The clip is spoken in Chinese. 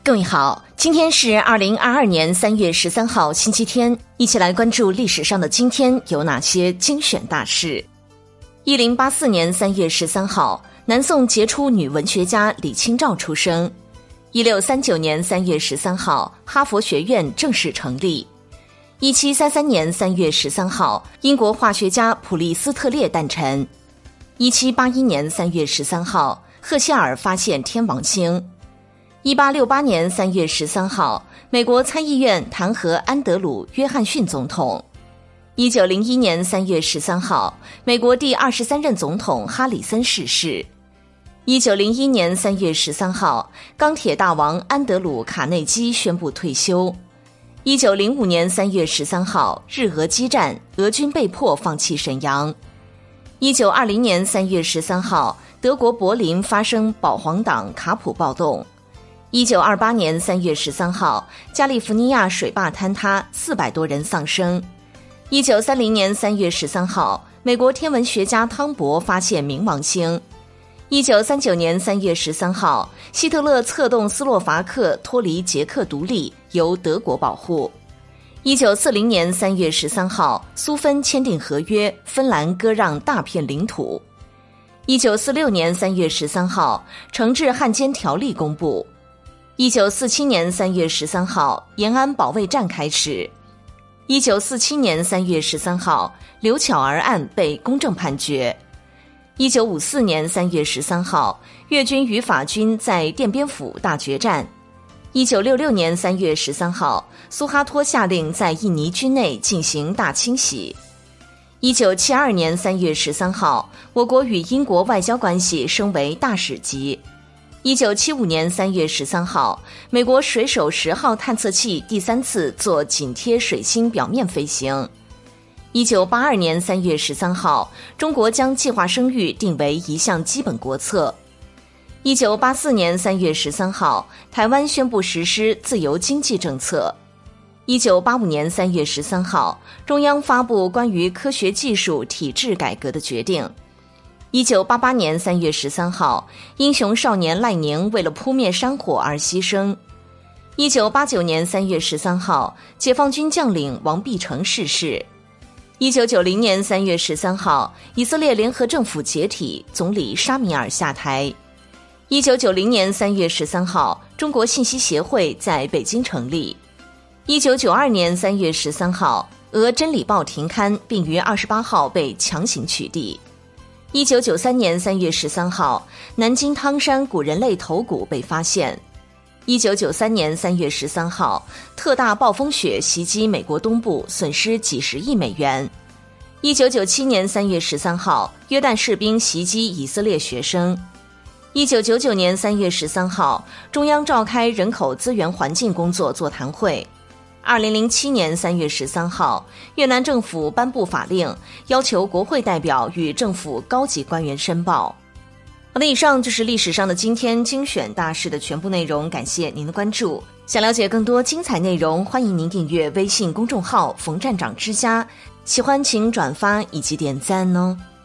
各位好，今天是2022年3月13号星期天，一起来关注历史上的今天有哪些精选大事。1084年3月13号，南宋杰出女文学家李清照出生。1639年3月13号，哈佛学院正式成立。1733年3月13号，英国化学家普利斯特列诞辰。1781年3月13号，赫歇尔发现天王星。1868年3月13号，美国参议院弹劾安德鲁·约翰逊总统。1901年3月13号，美国第23任总统哈里森逝世。1901年3月13号，钢铁大王安德鲁·卡内基宣布退休。1905年3月13号，日俄激战，俄军被迫放弃沈阳。1920年3月13号，德国柏林发生保皇党卡普暴动。1928年3月13号，加利福尼亚水坝坍塌，400多人丧生。1930年3月13号，美国天文学家汤博发现冥王星。1939年3月13号，希特勒策动斯洛伐克脱离捷克独立，由德国保护。1940年3月13号，苏芬签订合约，芬兰割让大片领土。1946年3月13号，惩治汉奸条例公布。1947年3月13号，延安保卫战开始。1947年3月13号，刘巧儿案被公正判决。1954年3月13号，越军与法军在奠边府大决战。1966年3月13号，苏哈托下令在印尼军内进行大清洗。1972年3月13号，我国与英国外交关系升为大使级。1975年3月13号，美国水手10号探测器第3次做紧贴水星表面飞行。1982年3月13号，中国将计划生育定为一项基本国策。1984年3月13号，台湾宣布实施自由经济政策。1985年3月13号，中央发布关于科学技术体制改革的决定。1988年3月13号，英雄少年赖宁为了扑灭山火而牺牲。1989年3月13号，解放军将领王必成逝世。1990年3月13号，以色列联合政府解体，总理沙米尔下台。1990年3月13号，中国信息协会在北京成立。1992年3月13号，俄《真理报》停刊，并于28号被强行取缔。1993年3月13号，南京汤山古人类头骨被发现。1993年3月13号，特大暴风雪袭击美国东部，损失几十亿美元。1997年3月13号，约旦士兵袭击以色列学生。1999年3月13号，中央召开人口资源环境工作座谈会。2007年3月13号，越南政府颁布法令，要求国会代表与政府高级官员申报。好的，以上就是历史上的今天精选大事的全部内容，感谢您的关注。想了解更多精彩内容，欢迎您订阅微信公众号冯站长之家，喜欢请转发以及点赞哦。